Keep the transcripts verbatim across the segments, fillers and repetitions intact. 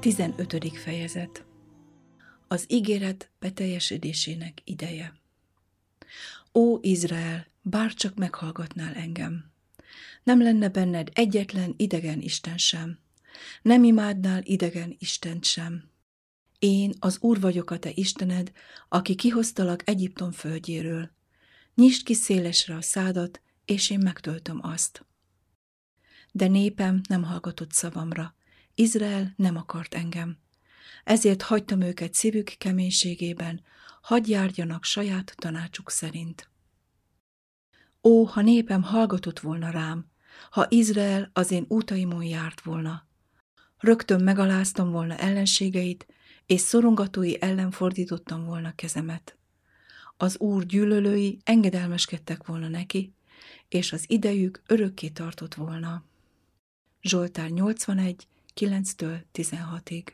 tizenötödik fejezet. Az ígéret beteljesedésének ideje. Ó Izrael, bárcsak meghallgatnál engem! Nem lenne benned egyetlen idegen isten sem. Nem imádnál idegen istent sem. Én az Úr vagyok a te Istened, aki kihoztalak Egyiptom földjéről. Nyisd ki szélesre a szádat, és én megtöltöm azt. De népem nem hallgatott szavamra. Izrael nem akart engem. Ezért hagytam őket szívük keménységében, hadd járjanak saját tanácsuk szerint. Ó, ha népem hallgatott volna rám, ha Izrael az én útaimon járt volna. Rögtön megaláztam volna ellenségeit, és szorongatói ellen fordítottam volna kezemet. Az Úr gyűlölői engedelmeskedtek volna neki, és az idejük örökké tartott volna. Zsoltár nyolcvanegy, kilenctől tizenhatig.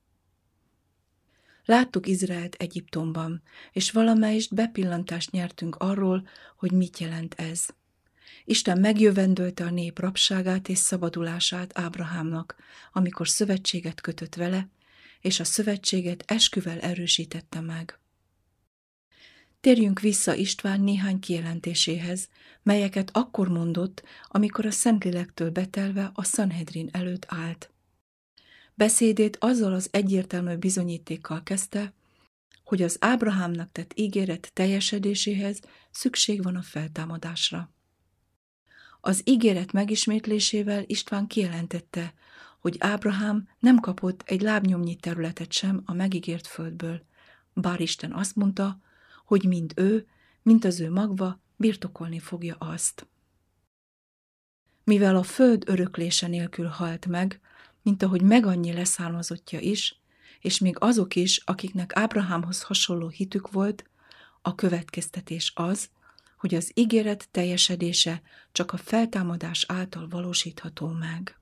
Láttuk Izraelt Egyiptomban, és valamelyest bepillantást nyertünk arról, hogy mit jelent ez. Isten megjövendölte a nép rabságát és szabadulását Ábrahámnak, amikor szövetséget kötött vele, és a szövetséget esküvel erősítette meg. Térjünk vissza István néhány kijelentéséhez, melyeket akkor mondott, amikor a Szentlélektől betelve a Sanhedrin előtt állt. Beszédét azzal az egyértelmű bizonyítékkal kezdte, hogy az Ábrahámnak tett ígéret teljesedéséhez szükség van a feltámadásra. Az ígéret megismétlésével István kijelentette, hogy Ábrahám nem kapott egy lábnyomnyi területet sem a megígért földből, bár Isten azt mondta, hogy mind ő, mind az ő magva birtokolni fogja azt. Mivel a föld öröklése nélkül halt meg, mint ahogy megannyi leszármazottja is, és még azok is, akiknek Ábrahámhoz hasonló hitük volt, a következtetés az, hogy az ígéret teljesedése csak a feltámadás által valósítható meg.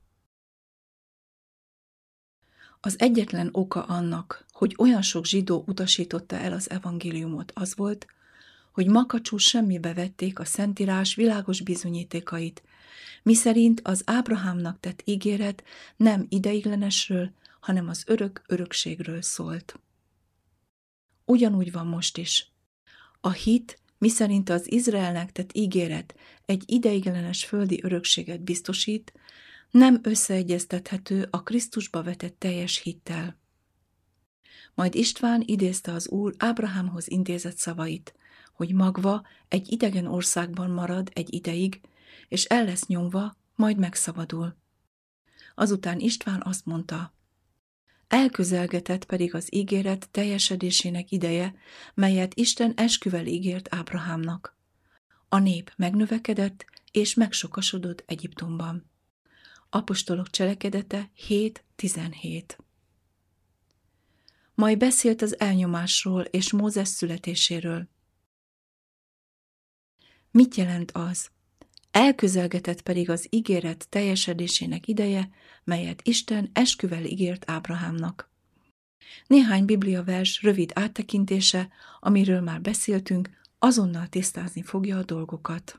Az egyetlen oka annak, hogy olyan sok zsidó utasította el az evangéliumot, az volt, hogy makacsul semmibe vették a Szentírás világos bizonyítékait, miszerint az Ábrahámnak tett ígéret nem ideiglenesről, hanem az örök örökségről szólt. Ugyanúgy van most is. A hit, miszerint az Izraelnek tett ígéret egy ideiglenes földi örökséget biztosít, nem összeegyeztethető a Krisztusba vetett teljes hittel. Majd István idézte az Úr Ábrahámhoz intézett szavait, hogy magva egy idegen országban marad egy ideig, és el lesz nyomva, majd megszabadul. Azután István azt mondta, elközelgetett pedig az ígéret teljesedésének ideje, melyet Isten esküvel ígért Ábrahámnak. A nép megnövekedett, és megsokasodott Egyiptomban. Apostolok cselekedete hét tizenhét. Majd beszélt az elnyomásról és Mózes születéséről. Mit jelent az? Elközelgetett pedig az ígéret teljesedésének ideje, melyet Isten esküvel ígért Ábrahámnak. Néhány bibliavers rövid áttekintése, amiről már beszéltünk, azonnal tisztázni fogja a dolgokat.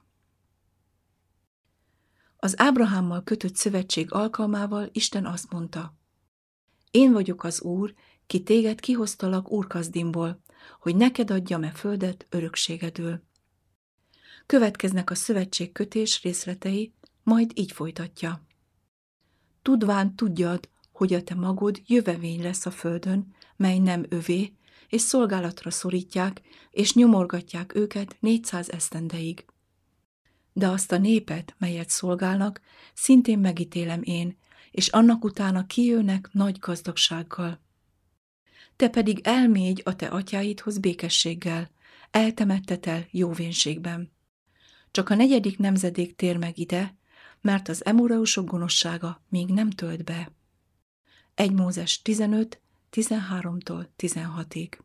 Az Ábrahámmal kötött szövetség alkalmával Isten azt mondta, én vagyok az Úr, ki téged kihoztalak Úr-Kaszdimból, hogy neked adjam e földet örökségedül. Következnek a szövetségkötés részletei, majd így folytatja. Tudván tudjad, hogy a te magod jövevény lesz a földön, mely nem övé, és szolgálatra szorítják, és nyomorgatják őket négyszáz esztendeig. De azt a népet, melyet szolgálnak, szintén megítélem én, és annak utána kijönnek nagy gazdagsággal. Te pedig elmégy a te atyáidhoz békességgel, eltemettetel jóvénségben. Csak a negyedik nemzedék tér meg ide, mert az emureusok gonoszsága még nem tölt be. egy Mózes tizenöt, tizenháromtól tizenhatig.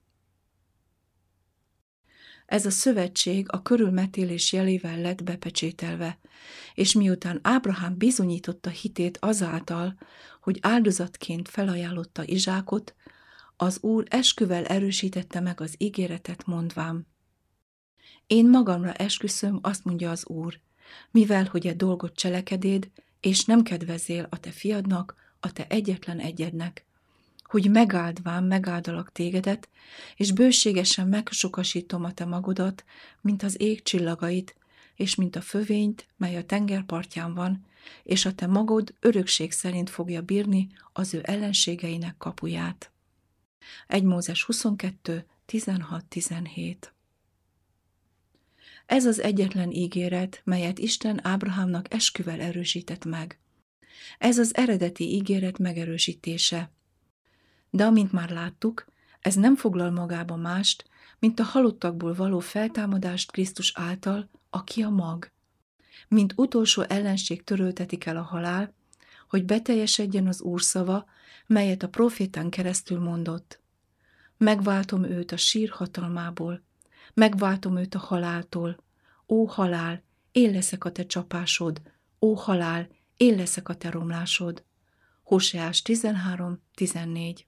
Ez a szövetség a körülmetélés jelével lett bepecsételve, és miután Ábrahám bizonyította hitét azáltal, hogy áldozatként felajánlotta Izsákot, az Úr esküvel erősítette meg az ígéretet mondván. Én magamra esküszöm, azt mondja az Úr, mivel hogy e dolgot cselekedéd, és nem kedvezél a te fiadnak, a te egyetlen egyednek, hogy megáldván megáldalak tégedet, és bőségesen megsokasítom a te magodat, mint az ég csillagait, és mint a fövényt, mely a tengerpartján van, és a te magod örökség szerint fogja bírni az ő ellenségeinek kapuját. egy Mózes huszonkettő tizenhat tizenhét. Ez az egyetlen ígéret, melyet Isten Ábrahámnak esküvel erősített meg. Ez az eredeti ígéret megerősítése. De amint már láttuk, ez nem foglal magába mást, mint a halottakból való feltámadást Krisztus által, aki a mag. Mint utolsó ellenség töröltetik el a halál, hogy beteljesedjen az Úr szava, melyet a profétán keresztül mondott. Megváltom őt a sír hatalmából, megváltom őt a haláltól. Ó halál, én leszek a te csapásod, ó halál, én leszek a te romlásod. Hóseás tizenhárom tizennégy.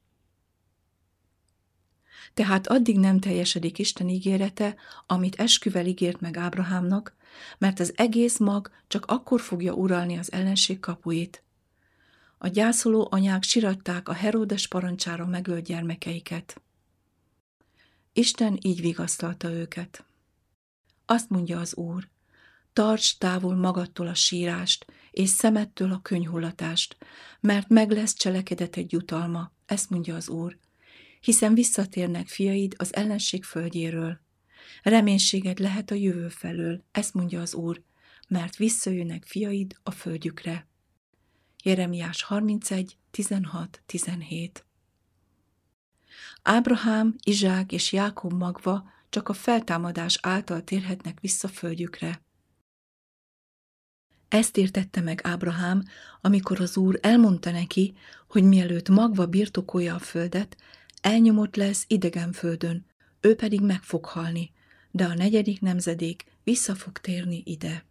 Tehát addig nem teljesedik Isten ígérete, amit esküvel ígért meg Ábrahámnak, mert az egész mag csak akkor fogja uralni az ellenség kapuit. A gyászoló anyák siratták a Heródes parancsára megölt gyermekeiket. Isten így vigasztalta őket. Azt mondja az Úr, tarts távol magadtól a sírást, és szemettől a könyhullatást, mert meg lesz cselekedeted jutalma, ezt mondja az Úr, hiszen visszatérnek fiaid az ellenség földjéről. Reménységed lehet a jövő felől, ezt mondja az Úr, mert visszajönnek fiaid a földjükre. Jeremiás harmincegy tizenhat tizenhét. Ábrahám, Izsák és Jákob magva csak a feltámadás által térhetnek vissza földjükre. Ezt értette meg Ábrahám, amikor az Úr elmondta neki, hogy mielőtt magva birtokolja a földet, elnyomott lesz idegen földön, ő pedig meg fog halni, de a negyedik nemzedék vissza fog térni ide.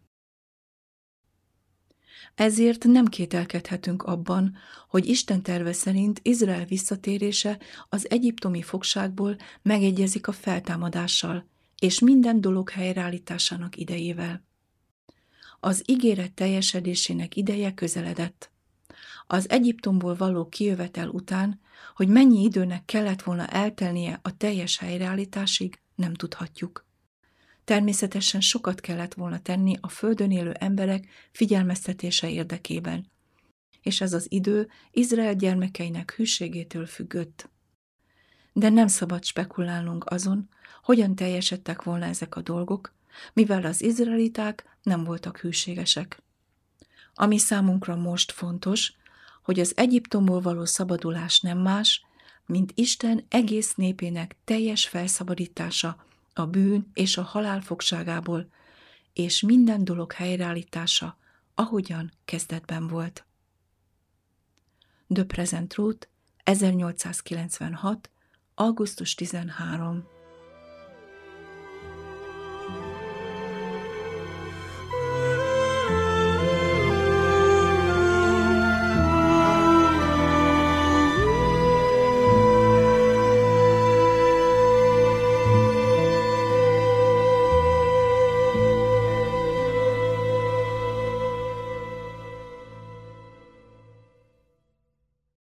Ezért nem kételkedhetünk abban, hogy Isten terve szerint Izrael visszatérése az egyiptomi fogságból megegyezik a feltámadással, és minden dolog helyreállításának idejével. Az ígéret teljesedésének ideje közeledett. Az Egyiptomból való kijövetel után, hogy mennyi időnek kellett volna eltelnie a teljes helyreállításig, nem tudhatjuk. Természetesen sokat kellett volna tenni a földön élő emberek figyelmeztetése érdekében, és ez az idő Izrael gyermekeinek hűségétől függött. De nem szabad spekulálnunk azon, hogyan teljesedtek volna ezek a dolgok, mivel az izraeliták nem voltak hűségesek. Ami számunkra most fontos, hogy az Egyiptomból való szabadulás nem más, mint Isten egész népének teljes felszabadítása a bűn és a halál fogságából, és minden dolog helyreállítása, ahogyan kezdetben volt. The Present Truth, ezernyolcszázkilencvenhat. augusztus tizenharmadika.